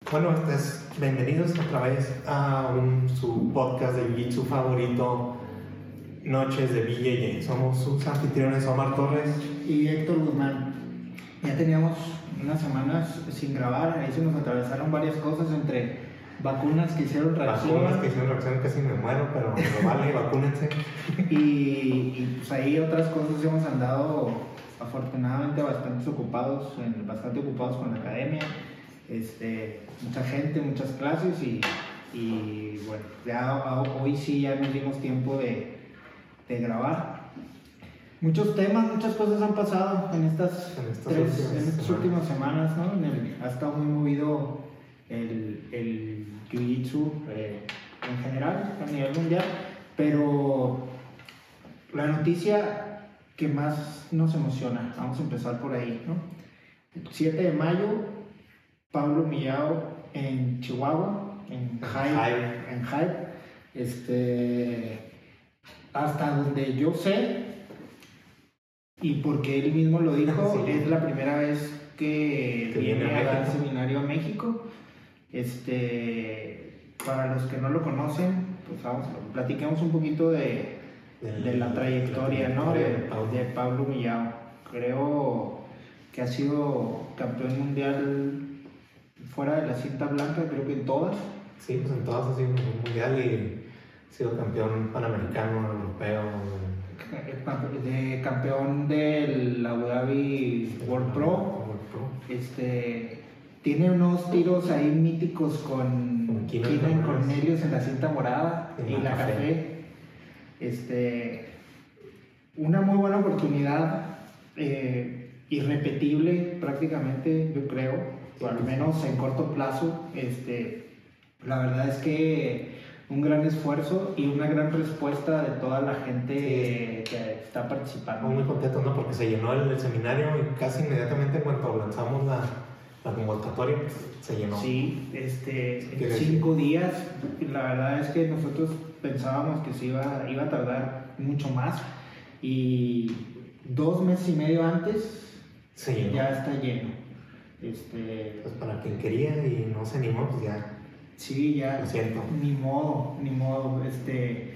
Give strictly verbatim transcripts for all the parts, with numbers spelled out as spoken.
Bueno, pues, bienvenidos otra vez a un, su podcast de Jiu-Jitsu favorito, Noches de B J J. Somos sus anfitriones Omar Torres y Héctor Guzmán. Ya teníamos unas semanas sin grabar, ahí se nos atravesaron varias cosas entre vacunas que hicieron reacción. Vacunas que hicieron reacción, casi me muero, pero no vale, vacúnense. Y, y pues ahí otras cosas hemos andado afortunadamente bastante ocupados, bastante ocupados con la academia. Este, mucha gente, muchas clases y, y bueno, ya hoy sí ya nos dimos tiempo de, de grabar. Muchos temas, muchas cosas han pasado en estas, en estas, tres, últimas, en estas últimas semanas, ¿no? En el, ha estado muy movido el, el Jiu-Jitsu eh, en general, a nivel mundial, pero la noticia que más nos emociona, vamos a empezar por ahí, ¿no? El siete de mayo, Pablo Millao en Chihuahua, en Hype, en Hype, este, hasta donde yo sé, y porque él mismo lo dijo, sí. Es la primera vez que, que viene a dar seminario a México. Este, para los que no lo conocen, pues vamos, platiquemos un poquito de, de, de la trayectoria, ¿no? de, de Pablo Millao. Creo que ha sido campeón mundial fuera de la cinta blanca, creo que en todas. Sí, pues en todas ha sido un mundial y ha sido campeón panamericano, europeo. De campeón del Abu Dhabi World Pro. World Pro. Este, tiene unos tiros ahí míticos con, con Keenan Cornelius en la cinta morada y la, la café. café. Este, una muy buena oportunidad, eh, irrepetible prácticamente, yo creo, o al menos en corto plazo. Este, la verdad es que un gran esfuerzo y una gran respuesta de toda la gente sí. que está participando. Muy contento, ¿no? Porque se llenó el, el seminario y casi inmediatamente cuando lanzamos la, la convocatoria se llenó. Sí, este, cinco días. La verdad es que nosotros pensábamos que se iba, iba a tardar mucho más y dos meses y medio antes se llenó. Ya está lleno. Este, pues para quien quería y no se animó, pues ya. Sí, ya, lo siento. Ni modo, ni modo. Este,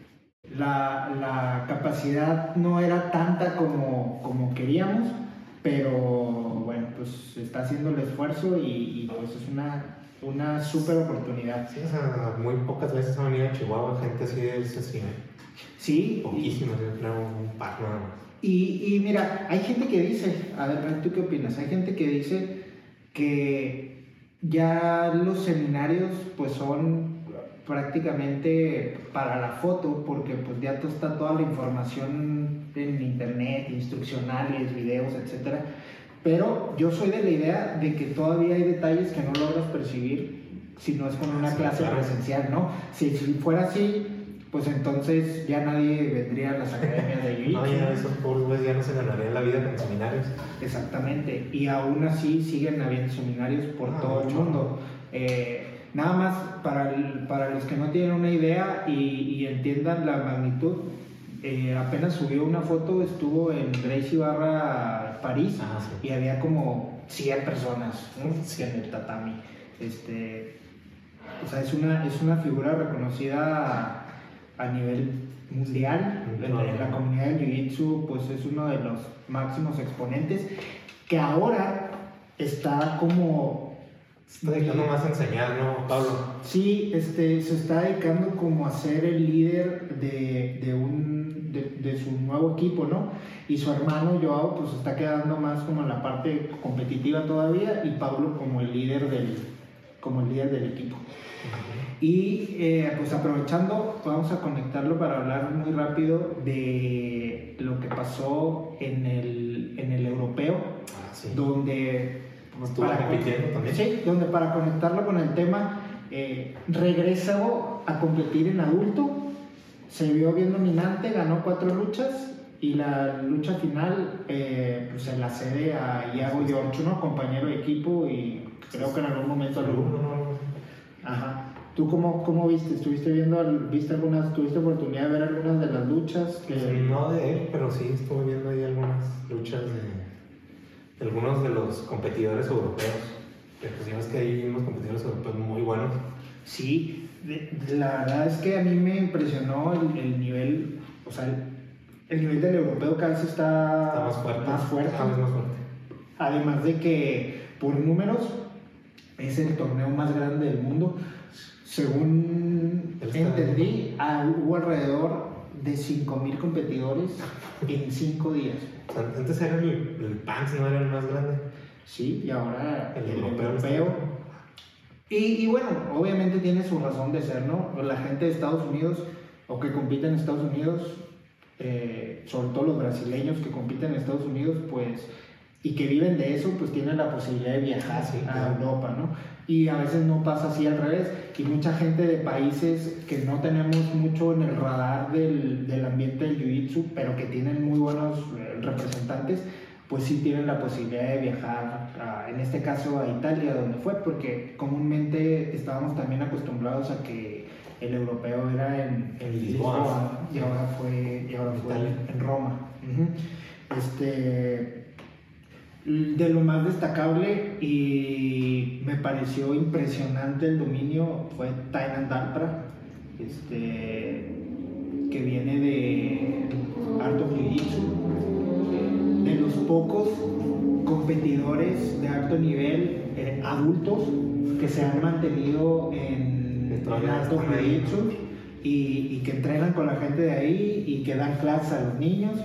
la, la capacidad no era tanta como, como queríamos, pero bueno, pues se está haciendo el esfuerzo y, y pues es una, una súper oportunidad. Sí, o sea, muy pocas veces han venido a Chihuahua gente así de ese cine. Sí. Poquísimas, yo creo, un par nada más. Y, y mira, hay gente que dice, a ver, ¿tú qué opinas? Hay gente que dice que ya los seminarios pues son prácticamente para la foto, porque pues ya está toda la información en internet, instruccionales, videos, etcétera. Pero yo soy de la idea de que todavía hay detalles que no logras percibir si no es con una clase presencial, ¿no? Si, si fuera así, pues entonces ya nadie vendría a las academias de Jiu-Jitsu. No, ya esos pobres ya no se ganarían la vida con seminarios. Exactamente, y aún así siguen habiendo seminarios por ah, todo el mundo. Eh, nada más para, el, para los que no tienen una idea y, y entiendan la magnitud, eh, apenas subió una foto, estuvo en Gracie Barra, París, ah, sí. Y había como cien personas, ¿no? Sí. En el tatami. Este, o sea, es una, es una figura reconocida a nivel mundial. No, en la comunidad del Jiu-Jitsu pues es uno de los máximos exponentes que ahora está como se está dedicando más a enseñar, ¿no, Pablo? Sí, este, se está dedicando como a ser el líder de, de, un, de, de su nuevo equipo, ¿no? Y su hermano Joao pues está quedando más como en la parte competitiva todavía y Pablo como el líder del, como el líder del equipo. Y eh, pues aprovechando, vamos a conectarlo para hablar muy rápido de lo que pasó en el, en el europeo, ah, sí. donde, estuvo compitiendo también. Sí, donde para conectarlo con el tema, eh, regresó a competir en adulto, se vio bien dominante, ganó cuatro luchas y la lucha final eh, pues se la cede a Iago Giorgio, ¿no? Compañero de equipo y creo que en algún momento lo... Ajá. ¿Tú cómo, cómo viste? ¿Estuviste viendo, viste algunas, tuviste oportunidad de ver algunas de las luchas? Que... No de él, pero sí estuve viendo ahí algunas luchas de, de algunos de los competidores europeos. Pero pues ya ves que hay unos competidores europeos muy buenos. Sí, de, de la verdad es que a mí me impresionó el, el nivel, o sea, el, el nivel del europeo cada vez está, Está más fuerte. más fuerte. Cada vez más fuerte. Además de que por números es el torneo más grande del mundo. Según Está entendí, ah, hubo alrededor de cinco mil competidores en cinco días. O sea, antes era el, el Pans, no era el más grande. Sí, y ahora El el, europeo europeo. Y, y bueno, obviamente tiene su razón de ser, ¿no? La gente de Estados Unidos o que compite en Estados Unidos, eh, sobre todo los brasileños que compiten en Estados Unidos, pues, y que viven de eso, pues tienen la posibilidad de viajar Sí, a claro. Europa, ¿no? Y a veces no pasa así al revés. Y mucha gente de países que no tenemos mucho en el radar del, del ambiente del jiu-jitsu, pero que tienen muy buenos eh, representantes, pues sí tienen la posibilidad de viajar, a, en este caso a Italia, donde fue, porque comúnmente estábamos también acostumbrados a que el europeo era en, en Lisboa, Lisboa, y ahora fue, y ahora fue Italia. en Roma. Uh-huh. Este, de lo más destacable y me pareció impresionante el dominio fue Tainan Dalpra, este, que viene de Art of Jiu-Jitsu, de los pocos competidores de alto nivel eh, adultos que se han mantenido en, en Art of Jiu-Jitsu y, y que entrenan con la gente de ahí y que dan clases a los niños,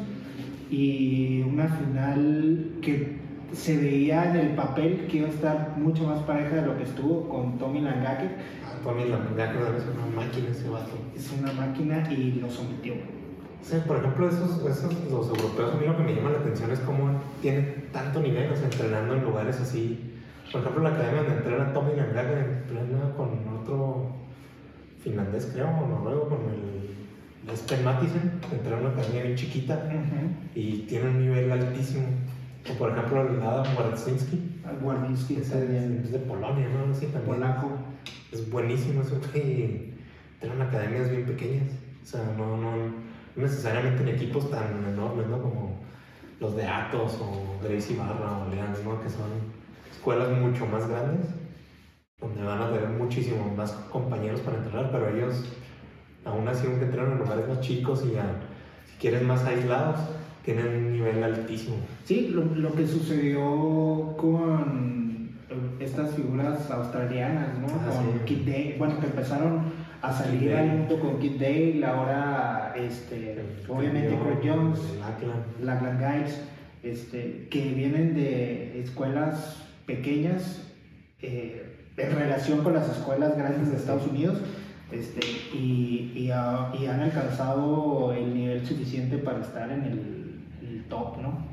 y una final que se veía en el papel que iba a estar mucho más pareja de lo que estuvo con Tommy Langaker. Ah, Tommy Langaker es una máquina ese vato. Es una máquina y lo sometió. Sí, por ejemplo, esos, esos, los europeos, a mí lo que me llama la atención es cómo tienen tanto nivel, o sea, entrenando en lugares así. Por ejemplo, la academia donde entrena Tommy Langaker entrena con otro finlandés, creo, o noruego, con el Espen Mathisen, entrena en una academia bien chiquita uh-huh. y tiene un nivel altísimo. O por ejemplo, el Adam Wardzinski. Al Wardzinski es, es de Polonia, ¿no? Sí, también. Polaco. Es buenísimo eso, y entrenan en academias bien pequeñas. O sea, no, no, no necesariamente en equipos tan enormes, ¿no? Como los de Atos o Gracie Barra o Leans, ¿no? Que son escuelas mucho más grandes, donde van a tener muchísimo más compañeros para entrenar, pero ellos, aún así, aunque entrenan en lugares más chicos y a, si quieres más aislados, tienen un nivel altísimo. Sí, lo, lo que sucedió con estas figuras australianas, ¿no? Ah, con sí. Kid Dale, bueno, que empezaron a salir al mundo con Kid Dale, ahora, este, obviamente, Craig Jones, Lachlan Guides, este, que vienen de escuelas pequeñas eh, en relación con las escuelas grandes de Estados Unidos. Este, y, y, a, y han alcanzado el nivel suficiente para estar en el, el top, ¿no?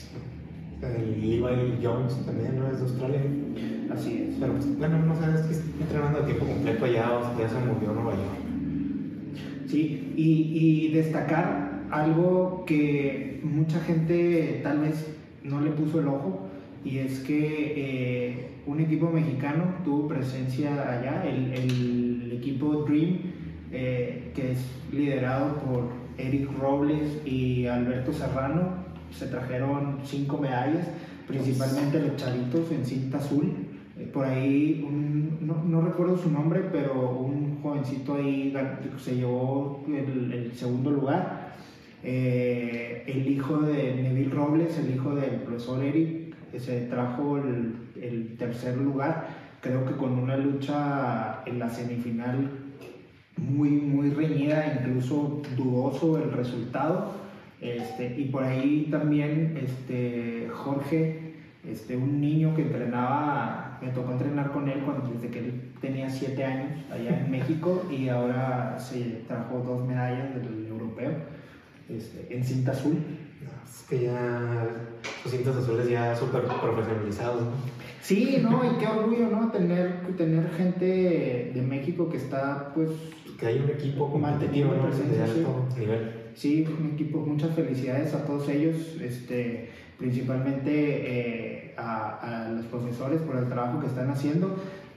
El Levi Jones también, ¿no? Es de Australia. Así es. Pero pues, bueno, no sabes que está entrenando a tiempo completo allá, o sea, ya se movió a Nueva York. Sí, y, y destacar algo que mucha gente tal vez no le puso el ojo, y es que eh, un equipo mexicano tuvo presencia allá, el, el equipo Dream, eh, que es liderado por Eric Robles y Alberto Serrano. Se trajeron cinco medallas, principalmente los chavitos en cinta azul. Eh, por ahí, un, no, no recuerdo su nombre, pero un jovencito ahí se llevó el, el segundo lugar. Eh, el hijo de Neville Robles, el hijo del profesor Eric, se trajo el, el tercer lugar, creo que con una lucha en la semifinal muy, muy reñida, incluso dudoso el resultado. Este, y por ahí también este, Jorge, este, un niño que entrenaba, me tocó entrenar con él cuando, desde que él tenía siete años allá en México, y ahora se trajo dos medallas del europeo este, en cinta azul. Es que ya los cintas azules ya súper profesionalizados, ¿no? Sí, no, y qué orgullo, ¿no? Tener, tener gente de México que está, pues... Que hay un equipo competitivo, ¿no? De alto sí. nivel. Sí, un equipo, muchas felicidades a todos ellos, este, principalmente eh, a, a los profesores por el trabajo que están haciendo,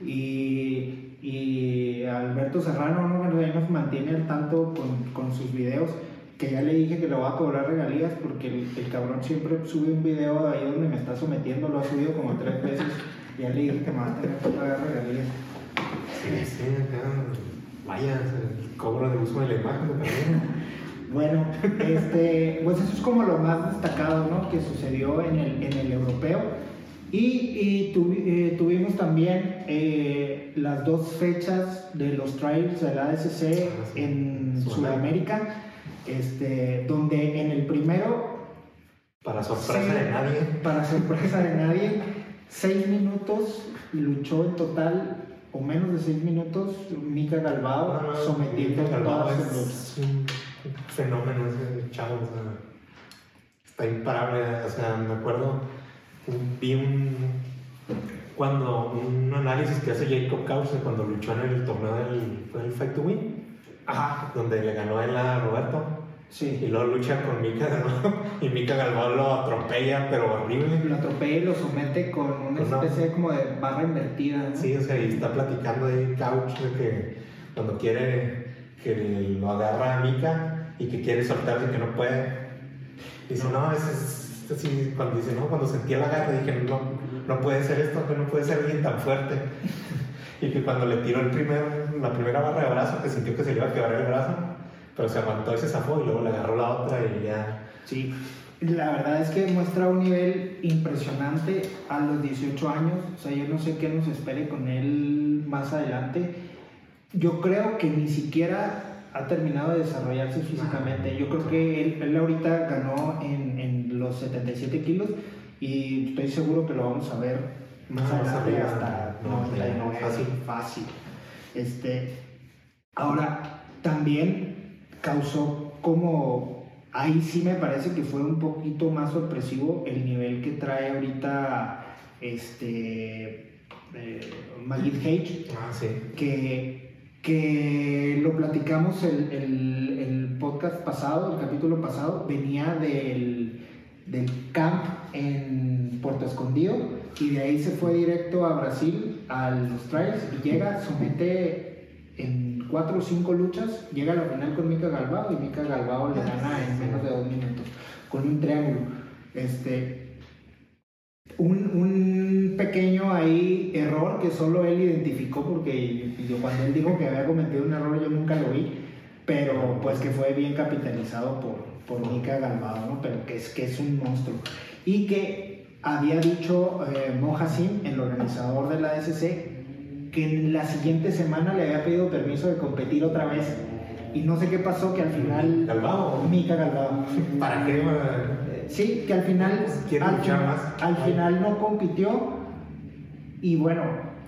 y, y a Alberto Serrano, ¿no? Él nos mantiene al tanto con, con sus videos, que ya le dije que le voy a cobrar regalías porque el, el cabrón siempre sube un video ahí donde me está sometiendo, lo ha subido como tres veces Ya le dije que me va a tener que pagar regalías. Sí, sí, acá, vaya, el cobro de uso de la imagen también. Bueno, este, pues eso es como lo más destacado, ¿no? Que sucedió en el, en el europeo. Y, y tuvi, eh, tuvimos también eh, las dos fechas de los trials de la A D C C ah, sí. en Sudamérica, este, donde en el primero... Para sorpresa sí, de nadie. Para sorpresa de nadie, seis minutos luchó en total, o menos de seis minutos, Mika Galbao, no, no, sometiendo Mika todas Galbao sus luchas. Es un fenómeno ese chavo, o sea, está imparable. O sea, me acuerdo, vi un, cuando, un análisis que hace Jacob Krause cuando luchó en el torneo del, ¿fue el Fight to Win? Ajá. Donde le ganó él a Roberto. Sí. Y luego lucha con Mika Galbao y Mika Galbao lo atropella, pero horrible. Lo atropella y lo somete con una no. especie como de barra invertida, ¿no? Sí, o sea, y está platicando ahí Couch de que cuando quiere que lo agarra a Mika y que quiere soltarse y que no puede. Dice, no, no es, es, es así, cuando dice, no, cuando sentí el agarre dije, no, no puede ser esto, que no puede ser alguien tan fuerte. Y que cuando le tiró el primer, la primera barra de brazo, que sintió que se le iba a quebrar el brazo, pero se aguantó y se zafó y luego le agarró la otra y ya. Sí, la verdad es que muestra un nivel impresionante a los dieciocho años. O sea, yo no sé qué nos espere con él más adelante. Yo creo que ni siquiera ha terminado de desarrollarse físicamente. Yo creo que él, él ahorita ganó en, en los setenta y siete kilos y estoy seguro que lo vamos a ver más no, adelante no hasta noventa y nueve. Fácil. Fácil. Este, ahora, también causó como, ahí sí me parece que fue un poquito más sorpresivo el nivel que trae ahorita este eh, Magid Hage, ah, sí. que, que lo platicamos el, el, el podcast pasado, el capítulo pasado, venía del, del camp en Puerto Escondido y de ahí se fue directo a Brasil a los trials y llega, somete en cuatro o cinco luchas, llega a la final con Mika Galbao y Mika Galbao le gana en menos de dos minutos con un triángulo. Este, un, un pequeño ahí error que solo él identificó, porque yo, cuando él dijo que había cometido un error yo nunca lo vi, pero pues que fue bien capitalizado por, por Mika Galbao, ¿no? Pero que es, que es un monstruo. Y que había dicho eh, Mo Hassim, el organizador de la A D C C, que en la siguiente semana le había pedido permiso de competir otra vez y no sé qué pasó, que al final Galbao Mika Galbao ¿para qué? Sí, que al final al, luchar más. al final no compitió y bueno,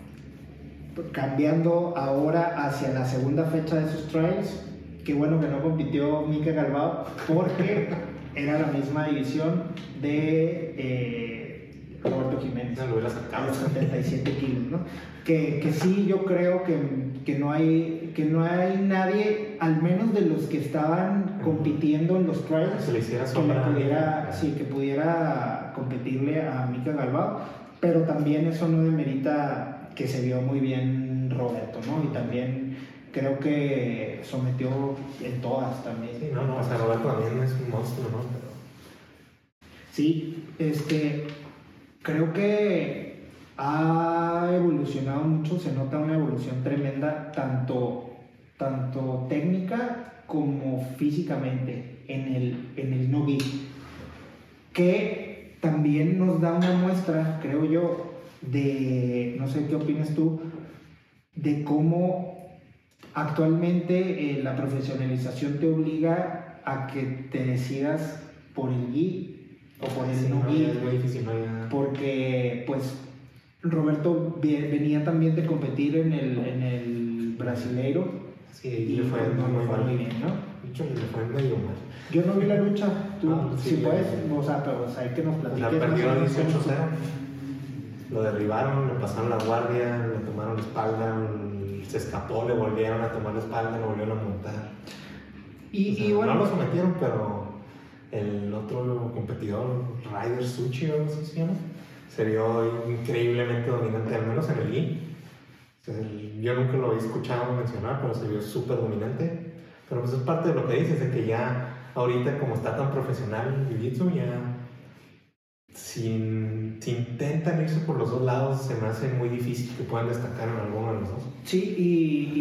cambiando ahora hacia la segunda fecha de sus trials, qué bueno que no compitió Mika Galbao porque era la misma división de eh, Roberto Jiménez, no lo hubiera sacado. A los setenta y siete kilos, ¿no? Que, que sí, yo creo que, que, no hay, que no hay nadie, al menos de los que estaban compitiendo en los trials, se le hiciera que, le pudiera, sí, que pudiera competirle a Mika Galbao, pero también eso no demerita que se vio muy bien Roberto, ¿no? Y también creo que sometió en todas también. Sí, no, no, o sea, Roberto también es un monstruo, ¿no? Pero... Sí, este, creo que ha evolucionado mucho, se nota una evolución tremenda, tanto, tanto técnica como físicamente en el, en el no-gi, que también nos da una muestra, creo yo, de, no sé qué opinas tú, de cómo actualmente eh, la profesionalización te obliga a que te decidas por el gi o por el sí, no-gi, no, es muy difícil, no, ya... porque pues Roberto venía también de competir en el, en el Brasileiro. Sí, y le fue, no, muy, muy, fue mal. muy bien, ¿no? De hecho, le fue medio mal. Yo no vi la lucha, tú, ah, si sí, puedes, le... o sea, pero o sea, hay que nos platiques. O sea, perdió dieciocho cero. Lo derribaron, le pasaron la guardia, le tomaron la espalda, se escapó, le volvieron a tomar la espalda, le volvieron a montar. Y, o sea, y bueno, no lo sometieron, pero el otro competidor, Ryder Suchi, o no sé si se llama, se vio increíblemente dominante, al menos en el gi. O sea, el, yo nunca lo había escuchado mencionar, pero se vio súper dominante. Pero pues es parte de lo que dices, de que ya ahorita como está tan profesional el jiu-jitsu, ya si, si intentan irse por los dos lados, se me hace muy difícil que puedan destacar en alguno de los dos. Sí, y,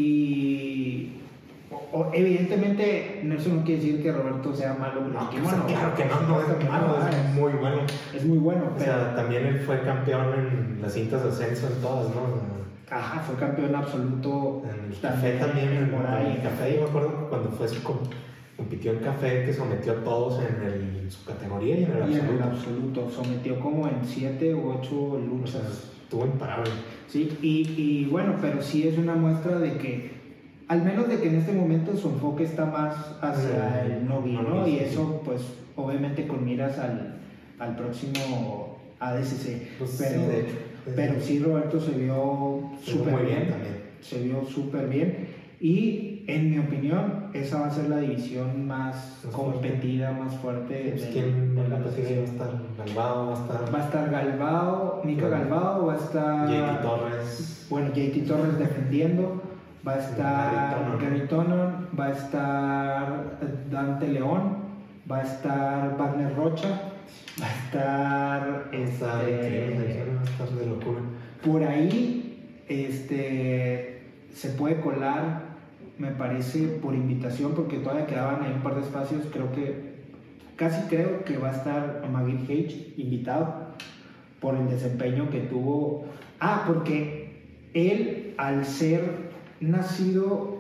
y o, o, evidentemente eso no quiere decir que Roberto sea malo. No, que, que, bueno, claro que no, no es malo, es muy bueno. Es muy bueno, O pero... sea, también él fue campeón en las cintas de ascenso en todas, ¿no? Ajá, fue campeón absoluto. En el café también, en el, Moray, en el café, yo me acuerdo cuando fue su, compitió en café que sometió a todos en, el, en su categoría y en el y absoluto. en el absoluto, sometió como en siete u ocho luchas. O sea, estuvo imparable. Sí, y, y bueno, pero sí es una muestra de que, al menos de que en este momento su enfoque está más hacia el Nogi, ¿no? ¿no? Y eso, pues, obviamente con miras al, al próximo A D C C. Pues pero, sí, de hecho. Pero sí, Roberto se vio súper bien, bien también. se vio súper bien y en mi opinión esa va a ser la división más, más competida, fuerte. más fuerte. Pues, ¿quién va a estar? Va a estar Galbao, va a estar... Va a estar Galbao, Mica bueno, Galbao, va a estar... J T Torres. Bueno, J T Torres defendiendo, va a estar Gary Tonon, va a estar Dante León, va a estar Wagner Rocha. Va a estar, este, va a estar de locura. Por ahí este, se puede colar, me parece, por invitación, porque todavía quedaban ahí un par de espacios. Creo que, casi creo que va a estar Magid Hage invitado por el desempeño que tuvo. Ah, porque él, al ser nacido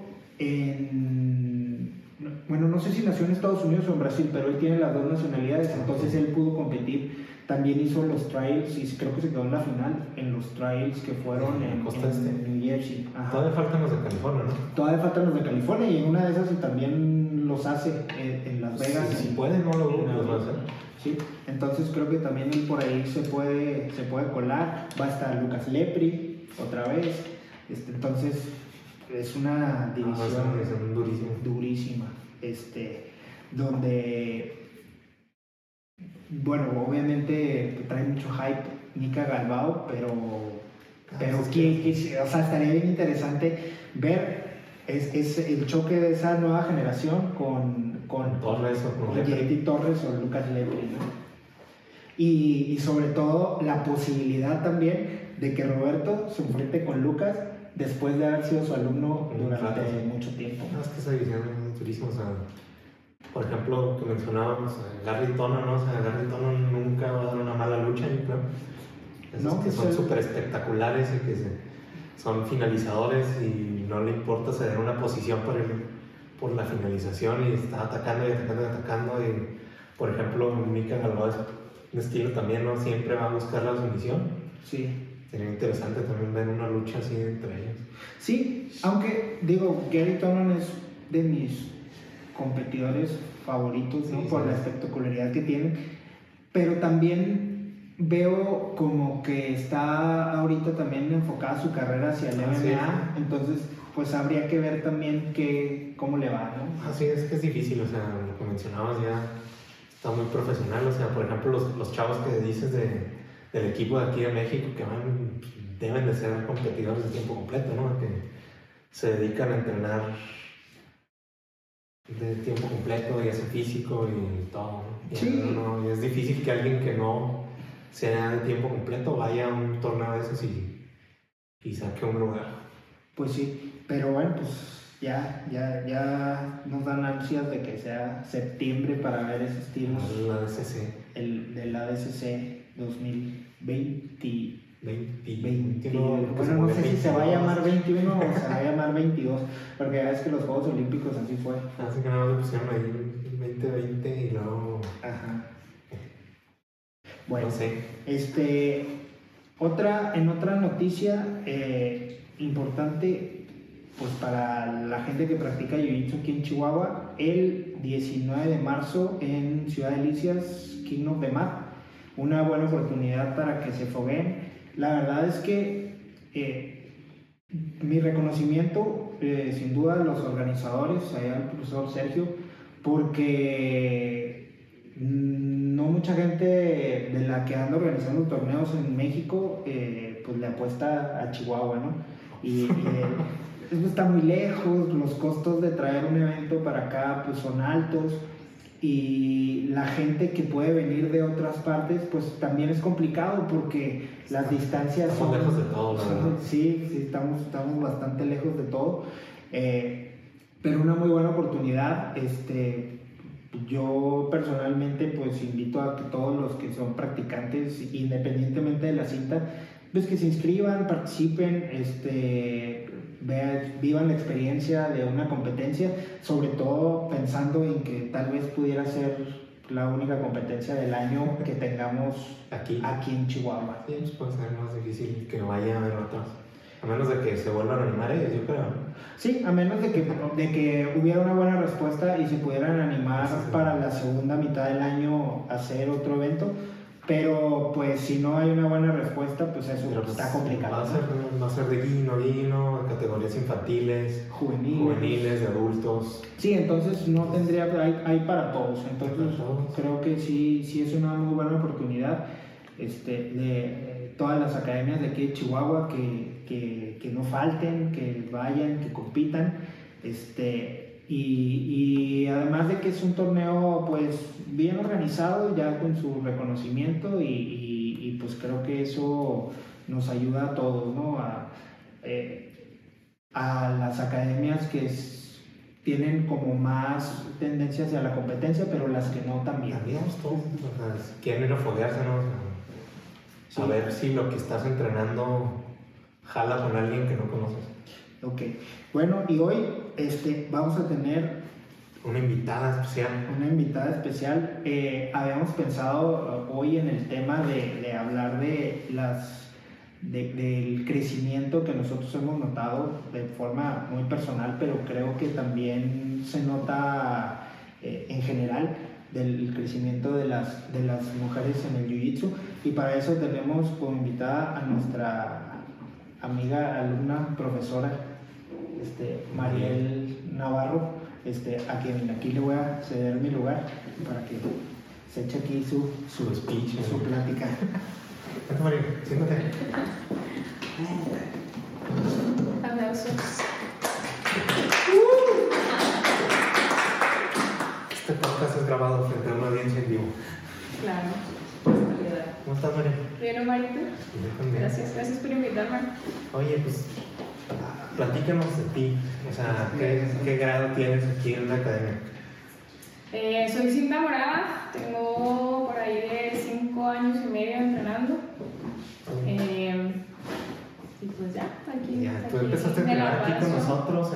en... Bueno, no sé si nació en Estados Unidos o en Brasil, pero él tiene las dos nacionalidades, entonces él pudo competir. También hizo los trials y creo que se quedó en la final en los trials que fueron en, Costa Este. en New Jersey. Ajá. Todavía faltan los de California, ¿no? Todavía faltan los de California y en una de esas también los hace en, en Las Vegas. Si, si pueden, no lo dudo, los va a hacer. Sí, entonces creo que también él por ahí se puede, se puede colar. Va a estar Lucas Lepri otra vez. Este, entonces es una división ah, es un durísima. durísima, este, donde, bueno, obviamente trae mucho hype Mica Galbao, pero, ah, pero que, que, o sea, estaría bien interesante ver es, es el choque de esa nueva generación con, con Torres o con, con J T Torres o Lucas Lepri, ¿no? Y, y sobre todo la posibilidad también de que Roberto se enfrente con Lucas después de haber sido su alumno durante rato, sí. mucho tiempo. No, es que esa división es durísima, o sea, por ejemplo, que mencionábamos a Gary Tonon, ¿no? O sea, Gary Tonon nunca va a dar una mala lucha, yo creo. Esos no, que son súper espectaculares y que se, son finalizadores y no le importa ceder una posición por, el, por la finalización y está atacando y atacando y atacando. Y, por ejemplo, Mica Galbao es un estilo también, ¿no? Siempre va a buscar la sumisión. Sí. Sería interesante también ver una lucha así entre ellos. Sí, aunque digo, Gary Tonon es de mis competidores favoritos, ¿no? Sí, por sí. la espectacularidad que tienen, pero también veo como que está ahorita también enfocada su carrera hacia el ah, M M A, sí. Entonces pues habría que ver también que, cómo le va, ¿no? Así es que es difícil, o sea, lo que mencionabas ya está muy profesional, o sea, por ejemplo, los, los chavos que dices de del equipo de aquí de México que van, deben de ser competidores de tiempo completo, ¿no? Que se dedican a entrenar de tiempo completo y hace físico y todo, ¿no? Y, sí. no, y es difícil que alguien que no sea de tiempo completo vaya a un torneo de esos y, y saque un lugar. Pues sí, pero bueno, pues ya, ya, ya nos dan ansias de que sea septiembre para ver esos tiros. El A D C C. El del A D C C dos mil veinte. veinte, veintiuno, bueno, no sé si se va a llamar veintiuno o se va a llamar veintidós, porque ya ves que los Juegos Olímpicos así fue. Así que nada más le pusieron ahí veinte veinte y luego... Ajá. Bueno, no sé. este, otra, en otra noticia eh, importante, pues para la gente que practica Jiu-Jitsu aquí en Chihuahua, el diecinueve de marzo en Ciudad Delicias, King of the Mat, una buena oportunidad para que se fogueen. La verdad es que eh, mi reconocimiento, eh, sin duda, a los organizadores, allá al profesor Sergio, porque no mucha gente de la que anda organizando torneos en México, eh, pues le apuesta a Chihuahua, ¿no? Y, y eh, está muy lejos, los costos de traer un evento para acá pues son altos. y la gente que puede venir de otras partes, pues también es complicado porque las distancias estamos son... lejos de todo, ¿verdad? Sí, sí, estamos, estamos bastante lejos de todo, eh, pero una muy buena oportunidad. Este, yo personalmente pues invito a que todos los que son practicantes, independientemente de la cinta, pues que se inscriban, participen, este, vean, vivan la experiencia de una competencia, sobre todo pensando en que tal vez pudiera ser la única competencia del año que tengamos Aquí. aquí en Chihuahua. Sí, pues puede ser más difícil que vaya a haber otras. A menos de que se vuelvan a animar ellos, yo creo. Sí, a menos de que, de que hubiera una buena respuesta y se pudieran animar sí, sí. para la segunda mitad del año a hacer otro evento. Pero pues si no hay una buena respuesta, pues eso Pero, pues, está complicado. Va a ser, va a ser de guino, guino, categorías infantiles, Juveniles. juveniles, de adultos. Sí, entonces no tendría, hay, hay para todos. Entonces Para todos. creo que sí, sí es una muy buena oportunidad este, de eh, todas las academias de aquí de Chihuahua que, que, que no falten, que vayan, que compitan. Este, y, y además de que es un torneo pues bien organizado, ya con su reconocimiento y, y, y pues creo que eso nos ayuda a todos, ¿no? A, eh, a las academias que es, tienen como más tendencia hacia la competencia, pero las que no también. Digamos todos, o sea, si quieren ir a foguearse, ¿no? O sea, Sí. a ver si lo que estás entrenando jala con alguien que no conoces. Ok, bueno, y hoy este, vamos a tener Una invitada especial. una invitada especial. Eh, habíamos pensado uh, hoy en el tema de, de hablar de las, de, del crecimiento que nosotros hemos notado de forma muy personal, pero creo que también se nota eh, en general del crecimiento de las, de las mujeres en el Jiu-Jitsu, y para eso tenemos como invitada a nuestra amiga, alumna, profesora, este, Mariel Navarro, este, a quien aquí le voy a ceder mi lugar para que se eche aquí su, su, Su speech, su ¿no? plática. Vente, Mario, siéntate. Aplausos. Este podcast es grabado frente a una audiencia en vivo. Claro. ¿Cómo estás, Mario? Bien, Marito. Yo también. Gracias, gracias por invitarme. Oye, pues, platícanos de ti. O sea, ¿qué, qué grado tienes aquí en la academia? Eh, soy cinta morada, tengo por ahí de cinco años y medio entrenando. Eh, y pues ya, aquí. Ya, tú aquí empezaste a en el entrenar aquí con abrazo. nosotros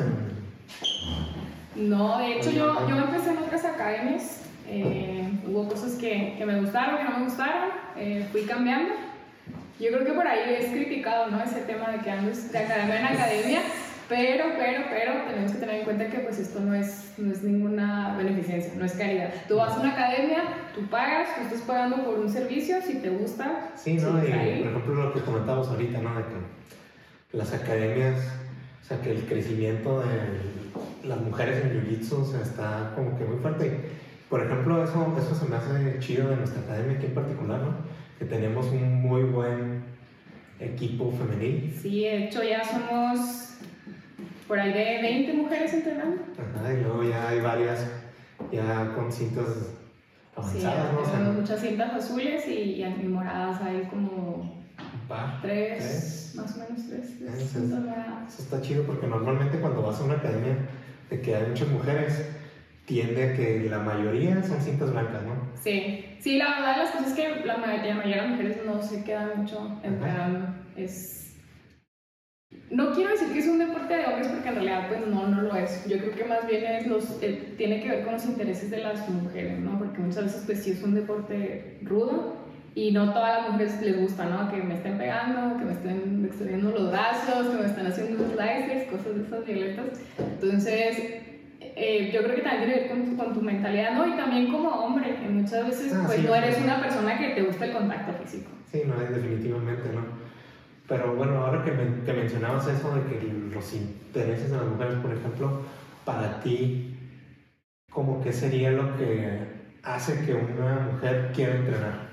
en... No, de hecho yo, yo empecé en otras academias. Eh, hubo cosas que, que me gustaron, que no me gustaron, eh, fui cambiando. Yo creo que por ahí es criticado, ¿no? Ese tema de que andes de academia en academia, pero, pero, pero tenemos que tener en cuenta que pues esto no es, no es ninguna beneficencia, no es caridad. Tú vas a una academia, tú pagas, tú estás pagando por un servicio, si te gusta. Sí, ¿no? sigues Y, ahí. por ejemplo, lo que comentábamos ahorita, ¿no? De que las academias, o sea, que el crecimiento de las mujeres en Jiu-Jitsu, o sea, está como que muy fuerte. Por ejemplo, eso, eso se me hace chido de nuestra academia aquí en particular, ¿no? Que tenemos un muy buen equipo femenil. Sí, de hecho ya somos por ahí de veinte mujeres entrenando. Ajá, y luego ya hay varias ya con cintas Sí, avanzadas, ¿no? O sea, tenemos muchas cintas azules y, y moradas, hay como un par. tres, Tres. más o menos tres, tres Eso, cintas es, moradas. eso está chido porque normalmente cuando vas a una academia de que hay muchas mujeres, tiende a que la mayoría son cintas blancas, ¿no? Sí, sí, la verdad las cosas es que la, ma- la mayoría de las mujeres no se quedan mucho entrenando. Es... No quiero decir que es un deporte de hombres porque en realidad pues no, no lo es. Yo creo que más bien es los, eh, tiene que ver con los intereses de las mujeres, ¿no? Porque muchas veces pues sí es un deporte rudo y no todas las mujeres les gusta, ¿no? Que me estén pegando, que me estén extendiendo los brazos, que me estén haciendo slicers, cosas de esas violentas. Entonces... Eh, yo creo que también tiene que ver con tu, con tu mentalidad, ¿no? Y también como hombre, que muchas veces Ah, pues sí, no eres sí. una persona que te gusta el contacto físico. Sí, no, es definitivamente, ¿no? Pero bueno, ahora que, me, que mencionabas eso de que los intereses de las mujeres, por ejemplo, para ti, ¿cómo que sería lo que hace que una mujer quiera entrenar?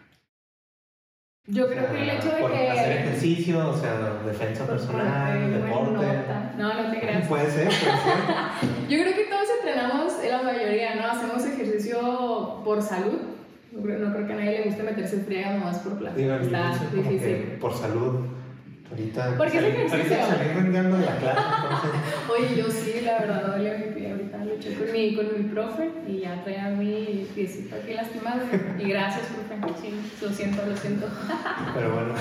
Yo O creo sea, que el hecho de por que... hacer ejercicio, o sea, defensa personal, Deporte, deporte. buena nota. No, no te creas. Puede ser, puede ser. Yo creo que todos entrenamos entrenamos, la mayoría, ¿no? Hacemos ejercicio por salud. No creo, no creo que a nadie le guste meterse en friega nomás por placer. Digo, Está yo como difícil. que por salud. Ahorita ¿Por qué salí, ese ejercicio? ahorita salí renegando de la clase, entonces. Oye, yo sí, la verdad, dolía mi pie. Ahorita luché con mi, con mi profe y ya traía mi piecito aquí lastimado. Y gracias, profe. Sí, lo siento, lo siento. Pero bueno,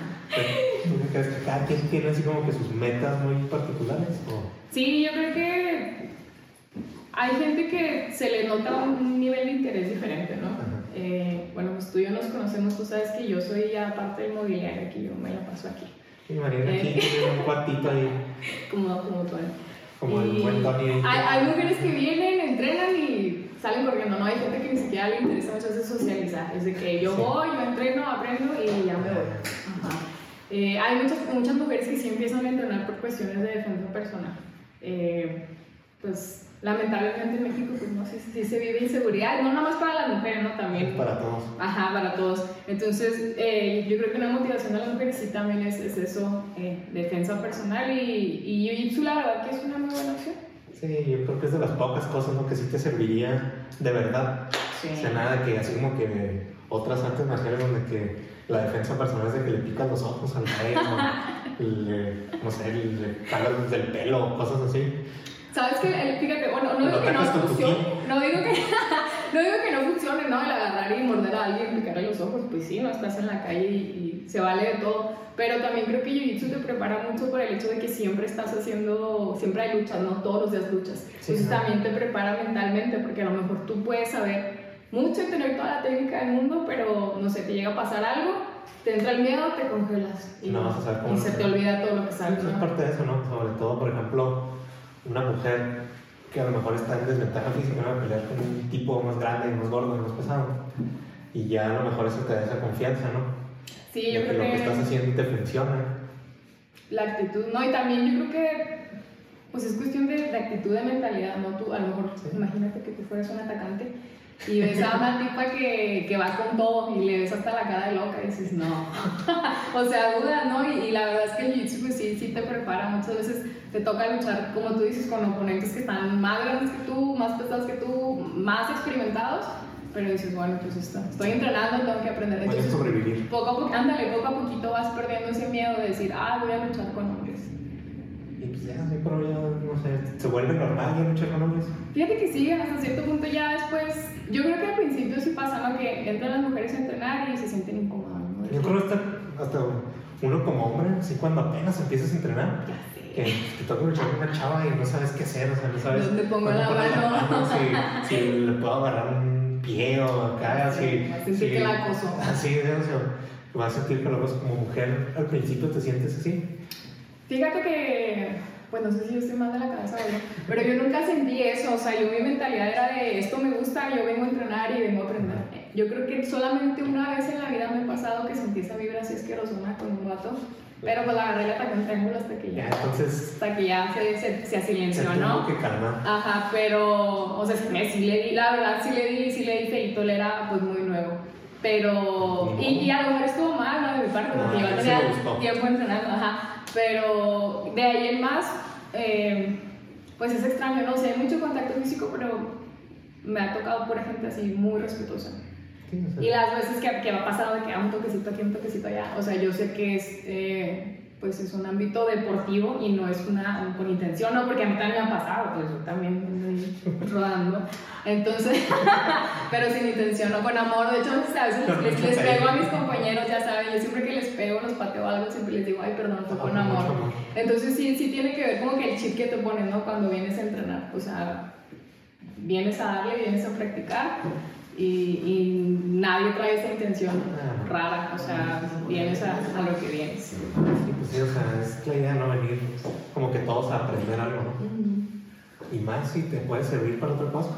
¿tú crees que cada quien tiene así como que sus metas muy particulares? ¿O? Sí, yo creo que hay gente que se le nota un nivel de interés diferente, ¿no? Eh, bueno, pues tú y yo nos conocemos, tú sabes que yo soy ya parte del mobiliario aquí, yo me la paso aquí. Sí, Mariana aquí Eh. tiene un cuartito ahí, Como, como Tony. como el Y buen Tony. Ahí. Hay, hay mujeres que vienen, entrenan y salen corriendo, ¿no? Hay gente que ni siquiera le interesa muchas veces socializar. Es de que yo Sí. voy, yo entreno, aprendo y ya me voy. Ajá. Eh, hay muchas, muchas mujeres que sí empiezan a entrenar por cuestiones de defensa personal. Eh, pues lamentablemente en México, pues no sé si se vive inseguridad, no nada más para las mujeres, ¿no? También. Para todos. Ajá, para todos. Entonces, eh, yo creo que una motivación de las mujeres sí también es, es eso, eh, defensa personal y, y Jiu-Jitsu, la verdad que es una muy buena opción. Sí, yo creo que es de las pocas cosas, ¿no? Que sí te serviría de verdad. Sí. O sea, nada de que así como que otras artes marciales donde que la defensa personal es de que le picas los ojos al rey, o le, no sé, le jalas del pelo o cosas así. ¿Sabes qué? Fíjate, bueno, no digo que no funcione, no digo que, no digo que no funcione, ¿no? El agarrar y morder a alguien, picarle los ojos, pues sí, no estás en la calle y, y se vale de todo. Pero también creo que Jiu-Jitsu te prepara mucho por el hecho de que siempre estás haciendo, siempre hay luchas, ¿no? Todos los días luchas. Sí, Entonces ¿no? también te prepara mentalmente, porque a lo mejor tú puedes saber mucho y tener toda la técnica del mundo, pero no sé, te llega a pasar algo, te entra el miedo, te congelas y, No vas a saber cómo y se hacer. te olvida todo lo que sabes, Eso es ¿no? parte de eso, ¿no? Sobre todo, por ejemplo, una mujer que a lo mejor está en desventaja física, ¿no? Pelear con un tipo más grande, más gordo, más pesado. Y ya a lo mejor eso te da esa confianza, ¿no? Sí, yo de que creo lo que que estás haciendo te funciona. la actitud, ¿no? Y también yo creo que pues es cuestión de, de actitud, de mentalidad, ¿no? Tú, a lo mejor, Sí. imagínate que tú fueras un atacante y ves a una tipa que, que va con todo y le ves hasta la cara de loca y dices, no. O sea, duda, ¿no? Y, y la verdad es que el jiu-jitsu pues sí, sí te prepara. Muchas veces te toca luchar, como tú dices, con oponentes que están más grandes que tú, más pesados que tú, más experimentados. Pero dices, bueno, pues esto, estoy entrenando, tengo que aprender. Puedes Entonces, sobrevivir. poco a poco, ándale, poco a poquito vas perdiendo ese miedo de decir, ah, voy a luchar con hombres. Y pues ya, sí, pero ya, no sé, se vuelve normal ya luchar con hombres. Fíjate que sí, hasta cierto punto ya después, yo creo que al principio sí pasa, ¿no? Que entran las mujeres a entrenar y se sienten incómodas, ¿no? Yo creo que hasta, hasta uno como hombre, así cuando apenas empiezas a entrenar, Ya sé. que te toca luchar con una chava y no sabes qué hacer, o sea, no sabes ¿Dónde pongo dónde la poner mano? si, si le puedo agarrar un pie o acá, Sí, si, vas a sentir si, que la acoso. Así, o sea, vas a sentir que luego como mujer al principio te sientes así. Fíjate que, pues no sé si yo estoy mal de la cabeza o no, pero yo nunca sentí eso, o sea, yo mi mentalidad era de esto me gusta, yo vengo a entrenar y vengo a aprender. Yo creo que solamente una vez en la vida me ha pasado que sentí esa vibra así asquerosona con un vato, pero pues la agarré y la atacé en triángulo hasta que ya, Ya, entonces hasta que ya se, se, se se asilenció, tuvo ¿no? que calmar. Ajá, pero, o sea, sí, me- sí le di, la verdad, sí le di, sí le di feíto, él era pues muy nuevo. Pero, y, y a lo mejor estuvo mal, ¿no? De mi parte, porque Ah, yo sí tenía me gustó. tiempo entrenando, ajá. Pero de ahí en más, eh, pues es extraño, no sé, hay mucho contacto físico, pero me ha tocado por gente así muy respetuosa. Sí, o sea, Y las veces que, que me ha pasado de que a un toquecito aquí, un toquecito allá, o sea, yo sé que es, eh, pues es un ámbito deportivo y no es una con intención, no, porque a mí también me ha pasado, pues yo también ando rodando, entonces, pero sin intención, no, con amor. De hecho, a veces les, les pego a mis compañeros, ya saben, yo siempre que les pego, los pateo algo, siempre les digo, ay, perdón, fue con Ah, amor. mucho amor. Entonces sí, sí tiene que ver como que el chip que te pones, ¿no? Cuando vienes a entrenar, o sea, vienes a darle, vienes a practicar y, y nadie trae esa intención rara, o sea, vienes a, a lo que vienes. Sí, pues sí, o sea, es la idea no venir como que todos a aprender algo, ¿no? Ujú. Y más si te puede servir para otra cosa.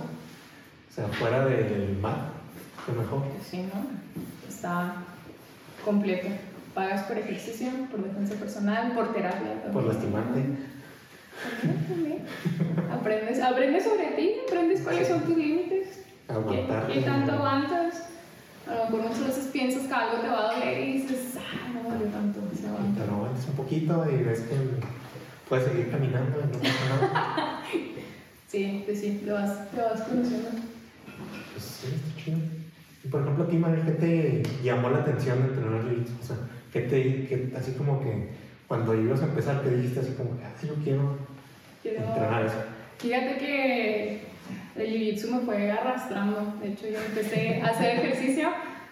O sea, fuera del mar, que mejor. Sí, ¿no? Está completo. Pagas por ejercicio, por defensa personal, por terapia también. Por lastimarte. También, también. Aprendes, aprendes sobre ti, aprendes cuáles son tus límites. Aguantarte. ¿Qué, qué tanto aguantas? A lo mejor muchas veces piensas que algo te va a doler y dices, ah, no valió tanto, se Y aguanta. te lo aguantas un poquito y ves que puedes seguir caminando y no pasa nada. Sí, pues sí, lo vas, lo vas conociendo. Pues sí, está chido. Y por ejemplo, a ti, Manuel, ¿qué te llamó la atención de entrenar jiu-jitsu? O sea, ¿qué te, qué, así como que cuando ibas a empezar, ¿qué dijiste así como que, ah, yo quiero, quiero entrenar eso? Fíjate que el jiu-jitsu me fue arrastrando. De hecho, yo empecé a hacer ejercicio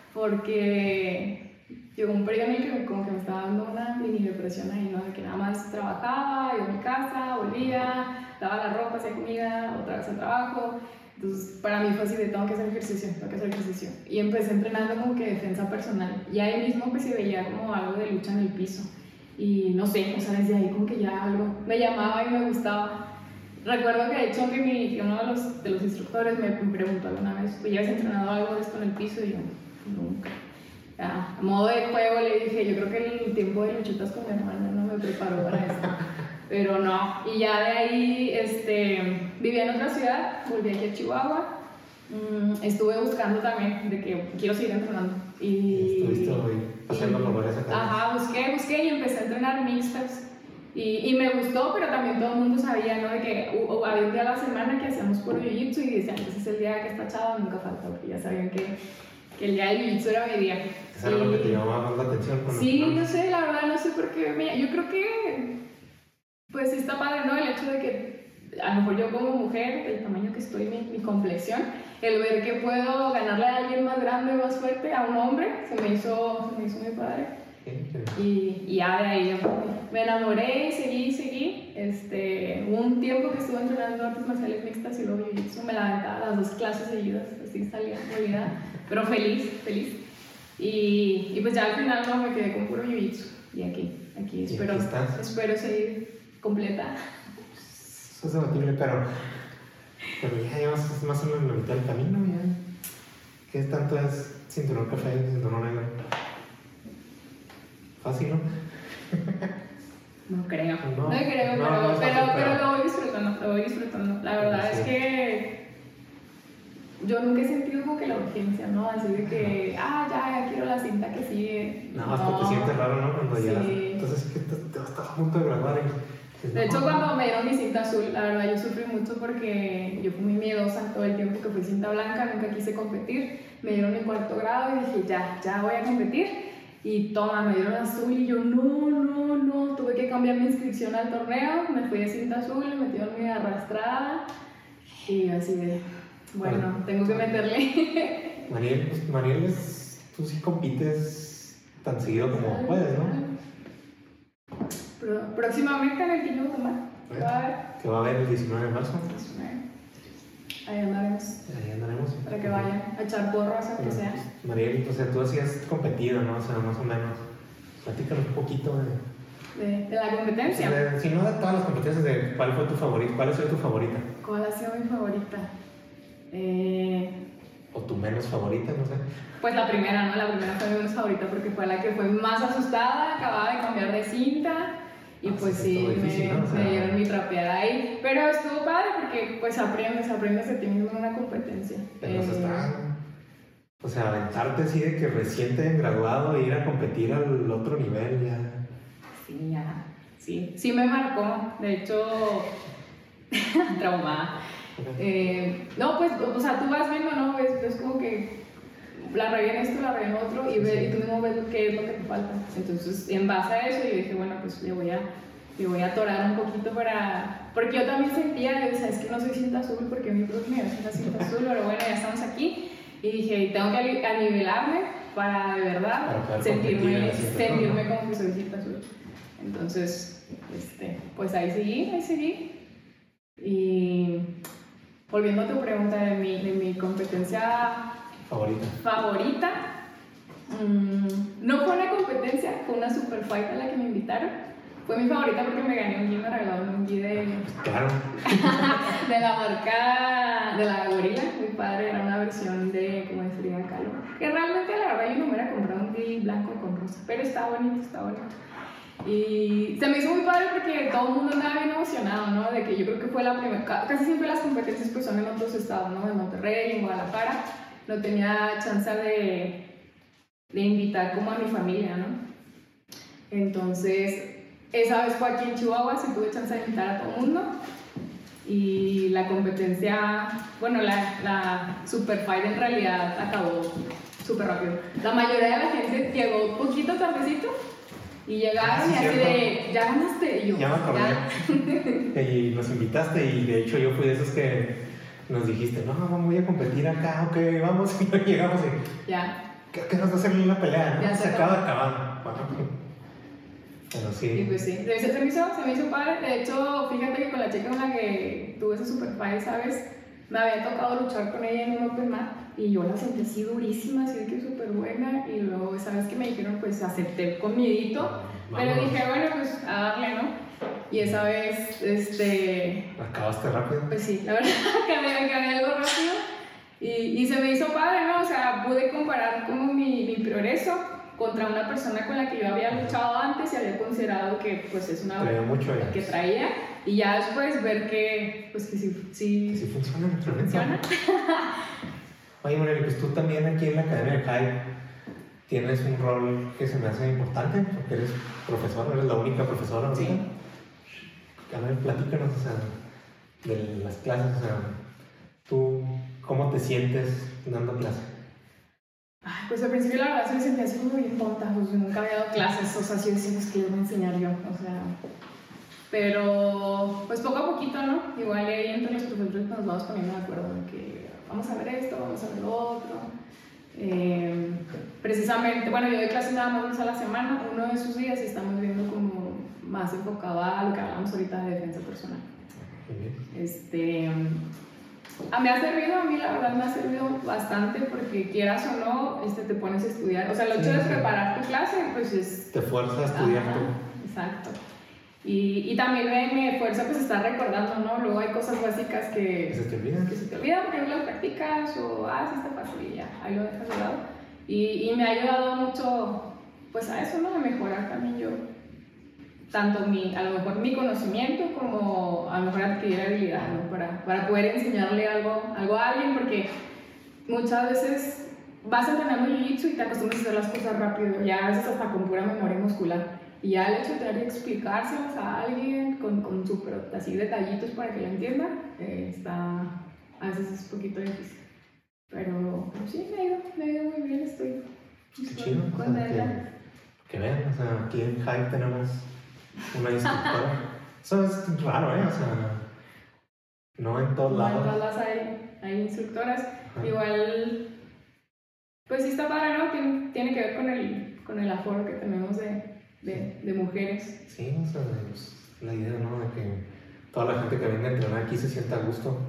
porque llegó un periodo en el que me, como que me estaba dando una mini depresión ahí, ¿no? De que nada más trabajaba, iba a mi casa, volvía, daba la ropa, hacía comida, otra vez al trabajo. Entonces, para mí fue así de tengo que hacer ejercicio, tengo que hacer ejercicio. Y empecé entrenando como que defensa personal. Y ahí mismo pues se veía como algo de lucha en el piso. Y no sé, o sea, desde ahí como que ya algo me llamaba y me gustaba. Recuerdo que de hecho que, mi, que uno de los, de los instructores me preguntó alguna vez, ¿ya has entrenado algo de esto en el piso? Y yo, nunca. Ya, a modo de juego le dije, yo creo que el tiempo de luchitas con mi hermana no me preparó para esto. Pero no, y ya de ahí este, vivía en otra ciudad, volví aquí a Chihuahua, mm, estuve buscando también de que quiero seguir entrenando. Y estuviste haciendo por varias academias. Ajá, busqué, busqué y empecé a entrenar mixtas. Y, y me gustó, pero también todo el mundo sabía, ¿no? De que uh, uh, había un día a la semana que hacíamos puro jiu-jitsu y decían, ese es el día que está chavo, nunca falta, porque ya sabían que, que el día del jiu-jitsu era mi día. ¿Es algo que te llamaba más la atención? Sí, no sé, la verdad, no sé por qué. Mira, yo creo que, pues sí está padre, ¿no? El hecho de que a lo mejor yo como mujer, el tamaño que estoy, mi, mi complexión, el ver que puedo ganarle a alguien más grande, más fuerte, a un hombre, se me hizo, se me hizo muy padre. Y, y ya de ahí me enamoré y seguí, seguí. Este, hubo un tiempo que estuve entrenando artes marciales mixtas y luego jiu-jitsu, me la aventaba las dos clases seguidas, así salía molida, pero feliz, feliz. Y, y pues ya al final no me quedé con puro jiu-jitsu. Y aquí, aquí espero, aquí espero seguir completa. Eso es debatible, pero, pero ya llevas más o menos la mitad del camino. Ya. ¿Qué tanto es cinturón café y cinturón negro? Fácil, ¿no? No creo, no, no, no creo, no, pero, no es fácil, pero, pero, pero lo voy disfrutando, lo voy disfrutando. La verdad sí. Es que yo nunca he sentido como que la urgencia, ¿no? Así de que, ah, ya, ya quiero la cinta que sigue. Nada más no, te sientes raro, ¿no? Cuando sí. llegas. Entonces es que te, te vas a estar a punto de graduar. Y, de hecho, cuando me dieron mi cinta azul, la verdad yo sufrí mucho porque yo fui muy miedosa todo el tiempo que fui cinta blanca, nunca quise competir. Me dieron mi cuarto grado y dije, ya, ya voy a competir. Y toma, me dieron azul y yo, no, no, no, tuve que cambiar mi inscripción al torneo, me fui de cinta azul, me metieron mi arrastrada y así de, bueno, bueno tengo que meterle. Mariel, pues Mariel, es, tú sí compites tan seguido como ¿sabes? Puedes, ¿no? Pero, próximamente en el Quillo Tomar, ¿qué va a haber? Que va a haber el diecinueve de marzo. Ahí andaremos. Ahí andaremos. Para que vayan a echar porras, aunque sea. Mariel, o sea, tú así has competido, ¿no? O sea, más o menos. Platícanos un poquito de... ¿De, de la competencia? De, si no, de todas las competencias, de cuál fue tu favorita, cuál ha sido tu favorita. ¿Cuál ha sido mi favorita? Eh... O tu menos favorita, no sé. Pues la primera, ¿no? La primera fue mi menos favorita porque fue la que fue más asustada, acababa de cambiar de cinta. Y pues sí, difícil, me, ¿no? O sea, me dieron mi trapeada ahí. Pero estuvo padre porque pues aprendes, aprendes de ti mismo en una competencia. Pero eh, está, o sea, aventarte así de que recién te han graduado e ir a competir al otro nivel ya. Sí, ya, sí. Sí me marcó, de hecho, traumada. Eh, no, pues, o sea, tú vas viendo, ¿no? Ves, ves como que la regué en esto, la regué en otro, y, ve, y tú mismo ves qué es lo que te falta. Entonces, en base a eso, yo dije, bueno, pues le voy a, le voy a atorar un poquito para... Porque yo también sentía, yo decía, es que no soy cinta azul, porque mi próxima es una cinta azul, pero bueno, ya estamos aquí. Y dije, tengo que anivelarme para de verdad para sentirme, sentirme como que soy cinta azul. Entonces, este, pues ahí seguí, ahí seguí. Y volviendo a tu pregunta de mi, de mi competencia favorita, favorita mmm, no fue una competencia, fue una super fight a la que me invitaron. Fue mi favorita porque me gané un gi, me regalaron un gi de, claro. de la marca de la Gorila. Mi padre era una versión de, como de Frida Kahlo, que realmente la verdad yo no me hubiera comprado un gi blanco con rosa, pero está bonito, está bonito. Y se me hizo muy padre porque todo el mundo andaba bien emocionado, ¿no? De que yo creo que fue la primera, casi siempre las competencias pues son en otros estados, ¿no? En Monterrey, en Guadalajara. No tenía chance de, de invitar como a mi familia, ¿no? Entonces, esa vez fue aquí en Chihuahua, sí tuve chance de invitar a todo el mundo. y la competencia, bueno, la, la Super Fight en realidad acabó súper rápido. La mayoría de la gente llegó un poquito tardecito y llegaron Sí, y así cierto. de, ya ganaste. Y yo, Ya me acordé. Y nos invitaste y de hecho yo fui de esos que nos dijiste, no, vamos, voy a competir acá, ok, vamos, y no llegamos y ya. ¿qué, qué nos va a hacer una pelea? ¿No? Ya Se se acaba de acabó. acabar. Bueno, pero Y sí. pues sí, se, se me hizo, se me hizo padre. De hecho, fíjate que con la chica con la que tuve ese super fight, ¿sabes? Me había tocado luchar con ella en un open mat y yo la sentí así durísima, así de que súper buena. Y luego, ¿sabes qué me dijeron? Pues acepté con miedito, pero Vámonos. dije, bueno, pues a darle, ¿no? Y esa vez, este, Acabaste rápido. pues sí, la verdad que me acabé algo rápido y, y se me hizo padre, ¿no? O sea, pude comparar como mi, mi progreso contra una persona con la que yo había luchado antes y había considerado que pues es una Traía mucho ya. que traía, y ya después ver que pues que sí, sí, Sí funciona el entrenamiento. funciona. Oye, Manuel, pues tú también aquí en la Academia de Hype tienes un rol que se me hace importante porque eres profesora, eres la única profesora ahorita. Sí. A ver, platícanos, o sea, de las clases, o sea, tú, ¿cómo te sientes dando clase? Ay, pues al principio la verdad sí me sentía así como bien tonta, pues nunca había dado clases, o sea, sí decía, pues que les voy a enseñar yo, o sea, pero pues poco a poquito, ¿no? Igual ahí entre los profesores nos vamos poniendo de acuerdo en que vamos a ver esto, vamos a ver lo otro. Eh, precisamente, bueno, yo doy clases nada más una vez a la semana, uno de esos días estamos viendo como más enfocado a lo que hablamos ahorita de defensa personal. Muy bien. Este, a mí ha servido, a mí la verdad me ha servido bastante porque quieras o no, este, te pones a estudiar. O sea, el hecho Sí, de sí. preparar tu clase, pues es... Te fuerza a estudiar Ajá, tú. exacto. Y, y también me, me fuerza pues estar recordando, ¿no? Luego hay cosas básicas Que que, se te olvida. que se te olvidan porque no las practicas o, ah, sí está fácil y ya, ahí lo dejas de lado. Y, y me ha ayudado mucho, pues a eso, ¿no? A mejorar también yo. Tanto mi, a lo mejor mi conocimiento como a lo mejor adquirir habilidad, ¿no? Para, para poder enseñarle algo, algo a alguien, porque muchas veces vas entrenando jiu-jitsu y te acostumbras a hacer las cosas rápido, ya a veces hasta con pura memoria muscular. Y ya el hecho de tener que explicárselas a alguien con, con súper así detallitos para que lo entienda, eh, está, a veces es un poquito difícil. Pero, pero sí, me ha ido, me ha ido muy bien, estoy, Qué estoy chido. O sea, contenta. que, que vean, o sea, aquí en Hype tenemos una instructora. Eso es raro, ¿eh? O sea, no en todos En lados. todas las hay, hay instructoras. Ajá. Igual, pues sí está padre, ¿no? Tiene, tiene que ver con el, con el aforo que tenemos de, de, de mujeres. Sí, o sea, pues, la idea, ¿no? De que toda la gente que venga a entrenar aquí se sienta a gusto.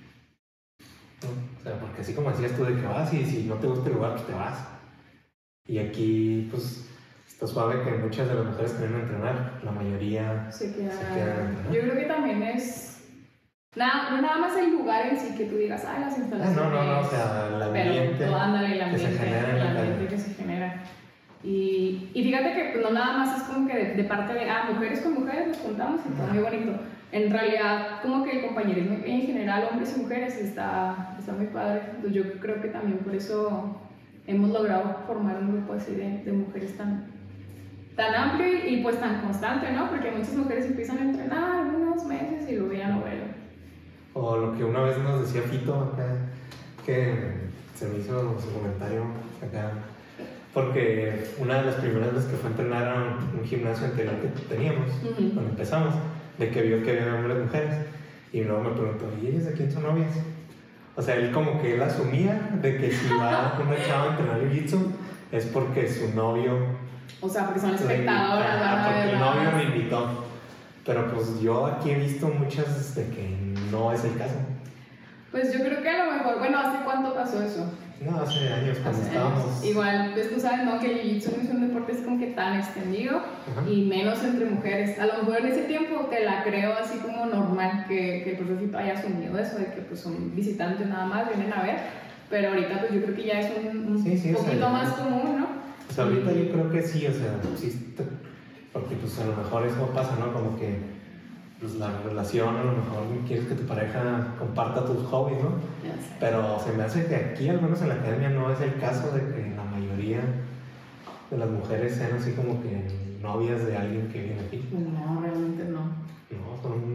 ¿No? O sea, porque así como decías tú de que vas y si no te gusta el lugar, pues te vas. Y aquí, pues, está suave que muchas de las mujeres que vienen a entrenar, la mayoría Se queda, se quedan a entrenar. yo creo que también es, nada, no nada más el lugar en sí que tú digas, ah, las Ah, instalaciones. no, no, no, o sea, el ambiente. Pero, ándale, el que ambiente, se genera en el la ambiente academia. que se genera. Y, y fíjate que pues, no nada más es como que de, de parte de, ah, mujeres con mujeres nos juntamos y todo muy bonito. En realidad, como que el compañerismo en general, hombres y mujeres, está, está muy padre. Entonces yo creo que también por eso hemos logrado formar un grupo así de, de mujeres tan, tan amplio y, y pues tan constante, ¿no? Porque muchas mujeres empiezan a entrenar unos meses y luego ya no vuelven. O lo que una vez nos decía Fito acá, que se me hizo su comentario acá, porque una de las primeras veces que fue a entrenar a un, un gimnasio anterior que teníamos, Ujú. cuando empezamos, de que vio que había hombres y mujeres, y luego me preguntó, ¿y ellas de quién son novias? O sea, él como que él asumía de que si va con una chava a entrenar jiu-jitsu es porque su novio... O sea, porque son le- espectadoras, ajá, van a porque el ver novio las- me invitó. Pero pues yo aquí he visto muchas de que no es el caso. Pues yo creo que a lo mejor, bueno, ¿hace cuánto pasó eso? No, hace años cuando Hace estábamos... años. Igual, pues tú sabes, ¿no? Que el jiu-jitsu no es un deporte es como que tan extendido Ajá. y menos entre mujeres. A lo mejor en ese tiempo te la creo así como normal que, que el profesor haya asumido eso, de que pues son visitantes nada más, vienen a ver. Pero ahorita pues yo creo que ya es un, un Sí, sí, o sea, poquito ya- más común, ¿no? O sea, ahorita Y- yo creo que sí, o sea, sí, te- porque pues a lo mejor eso pasa, ¿no? Como que pues la relación, a lo mejor quieres que tu pareja comparta tus hobbies, ¿no? Ya sé. Pero se me hace que aquí, al menos en la academia, no es el caso de que la mayoría de las mujeres sean así como que novias de alguien que viene aquí. No, realmente no. No, son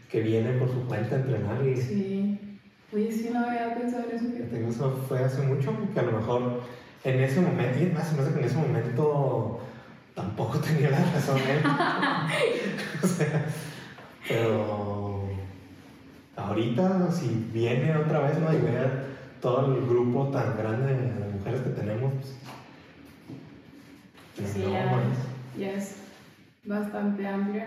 que viene por su cuenta a entrenar y... Sí. Oye, sí, no había pensado en eso. Que eso fue hace mucho, que a lo mejor en ese momento, y más, más que en ese momento tampoco tenía la razón él. O sea, pero ahorita, si viene otra vez, ¿no? Y vea todo el grupo tan grande de mujeres que tenemos, pues, sí, no, ya, más. ya es bastante amplia.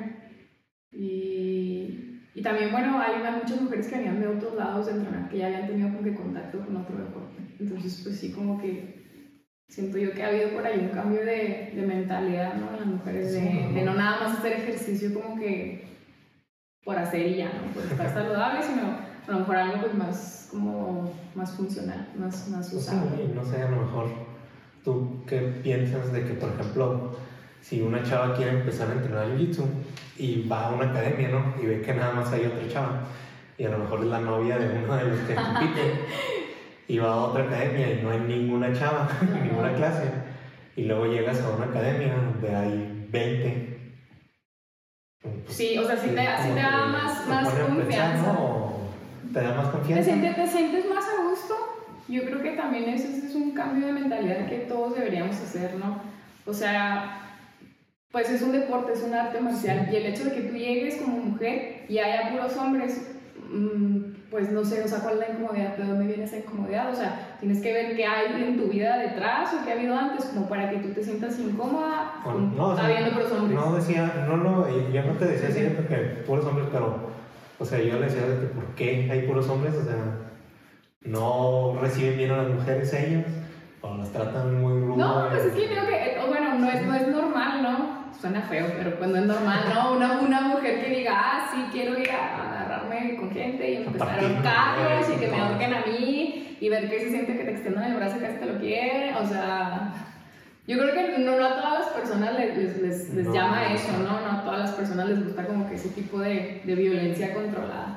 Y, y también, bueno, hay una- muchas mujeres que venían de otros lados de entrenar, que ya habían tenido como que contacto con otro deporte. Entonces, pues sí, como que siento yo que ha habido por ahí un cambio de, de mentalidad, ¿no? En las mujeres, de, Sí, ¿no? de no nada más hacer ejercicio como que por hacer y ya, ¿no? Por estar saludable, sino a lo mejor algo pues más, como, más funcional, más, más Pues usado. sí, no sé, a lo mejor tú qué piensas de que, por ejemplo, si una chava quiere empezar a entrenar jiu-jitsu y va a una academia, ¿no? Y ve que nada más hay otra chava y a lo mejor es la novia de uno de los que compiten y va a otra academia y no hay ninguna chava, ni ninguna clase y luego llegas a una academia donde hay veinte. Pues, Sí, o sea, sí te, sí como te que da más, te más pone a pensar, confianza. ¿no? O te da más ¿Te confianza. sientes, te sientes más a gusto? Yo creo que también ese, ese es un cambio de mentalidad que todos deberíamos hacer, ¿no? O sea, pues es un deporte, es un arte marcial, y el hecho de que tú llegues como mujer y haya puros hombres, mmm, pues no sé, o sea, ¿cuál es la incomodidad? ¿De dónde viene esa incomodidad? O sea, tienes que ver qué hay en tu vida detrás o qué ha habido antes, como para que tú te sientas incómoda O- con, no, o sea, habiendo puros hombres. No decía, no lo, yo no te decía así porque puros hombres, pero, o sea, yo le decía de que por qué hay puros hombres, o sea, no reciben bien a las mujeres ellos, o las tratan muy rudo. No, pues y- es que creo que, eh, bueno, no es, no es normal, ¿no? Suena feo, pero pues no es normal, ¿no? Una, una mujer que diga, ah, sí, quiero ir a agarrarme con gente y empezar a partir, ahorcarlos ¿no? y que me No. ahorquen a mí y ver que se siente que te extiendan el brazo y casi te lo quieren, o sea... Yo creo que no, no a todas las personas les, les, les, les No. llama eso, ¿no? No a todas las personas les gusta como que ese tipo de, de violencia controlada.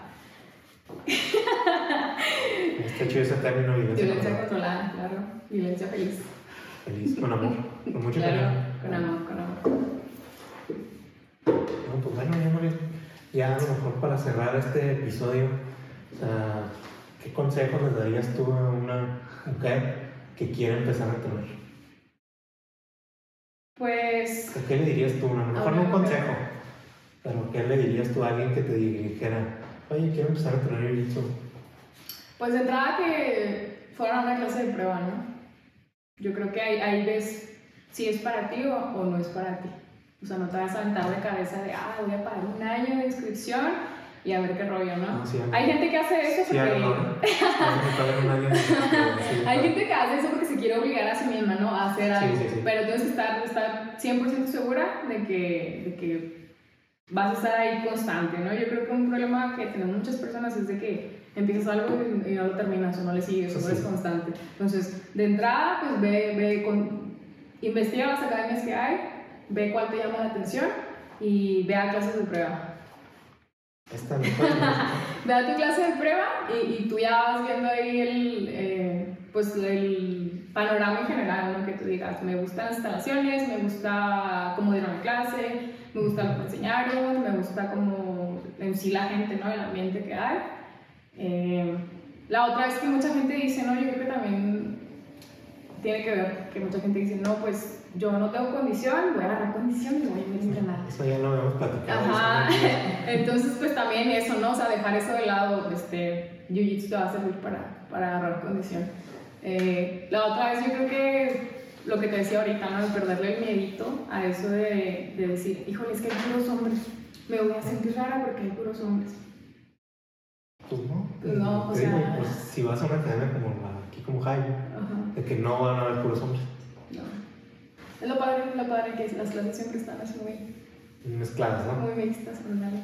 Está chido ese término, violencia Violencia controlada. controlada, claro. Violencia feliz. Feliz, con amor, con mucho Claro, cariño. con amor, con amor. No, pues bueno, ya, María, ya a lo mejor para cerrar este episodio, o sea, ¿qué consejos les darías tú a una mujer que quiere empezar a entrenar? Pues, O sea, ¿qué le dirías tú? A lo mejor no un consejo, pero ¿qué le dirías tú a alguien que te dijera, oye, quiero empezar a entrenar jiu-jitsu? pues de entrada que fueran a una clase de prueba, ¿no? Yo creo que ahí, ahí ves si es para ti o, o no es para ti. O sea, no te vas a aventar de cabeza de, ah, voy a pagar un año de inscripción y a ver qué rollo, ¿no? No, sí, Hay gente que hace eso Sí, porque... a lo mejor. Hay gente que hace eso porque se quiere obligar a sí misma, ¿no? A hacer Sí, algo. sí, sí. Pero tienes que estar, estar cien por ciento segura de que, de que vas a estar ahí constante, ¿no? Yo creo que un problema que tenemos muchas personas es de que empiezas algo y, y no lo terminas o no le sigues o no eres Sí. constante. Entonces, de entrada, pues ve, ve con, investiga las academias que hay, ve cuál te llama la atención y ve a clases de prueba. Esta no puede Ve a tu clase de prueba y, y tú ya vas viendo ahí el, eh, pues el panorama en general, ¿no? Que tú digas, me gustan las instalaciones, me gusta cómo dieron la clase, me gusta lo que me enseñaron, me gusta como en sí la gente, ¿no? El ambiente que hay. Eh, la otra es que mucha gente dice, no, yo creo que también tiene que ver, que mucha gente dice, no, pues yo no tengo condición, voy a agarrar condición y voy a ir a entrenar. Eso ya lo habíamos platicado. Ajá, eso entonces pues también eso, ¿no? O sea, dejar eso de lado, este, Jiu-Jitsu te va a servir para, para agarrar condición. Eh, la otra es, yo creo que lo que te decía ahorita, ¿no? De perderle el miedito a eso de, de decir, híjole, es que hay puros hombres, me voy a sentir rara porque hay puros hombres. Pues no. Pues no, o Te digo, sea- pues, si vas a una academia como la, aquí como Jaime, Ajá. de que no van a haber puros hombres No. Es lo padre, lo padre que las clases siempre están así muy, mezcladas, ¿no? muy mixtas, con nada.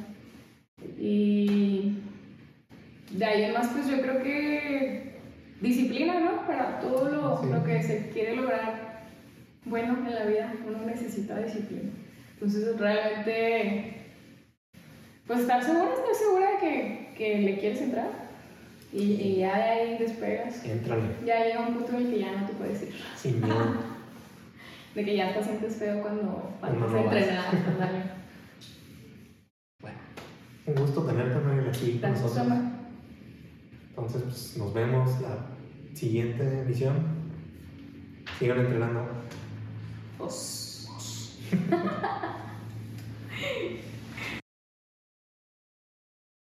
Y de ahí en más, pues yo creo que disciplina, ¿no? Para todo lo, Sí. lo que se quiere lograr bueno en la vida, uno necesita disciplina. Entonces, realmente, pues estar segura, estar segura de que, que le quieres entrar y, y ya de ahí despegas. Éntrale, Ya llega un punto en el que ya no te puedes ir. sin miedo. De que ya te sientes feo cuando Cuando faltas no a vas. entrenar. Ándale. Bueno, Un gusto tenerte, Mariel, aquí con Gracias, nosotros. Omar. Entonces, pues, nos vemos la siguiente emisión. Sigan entrenando. Pues.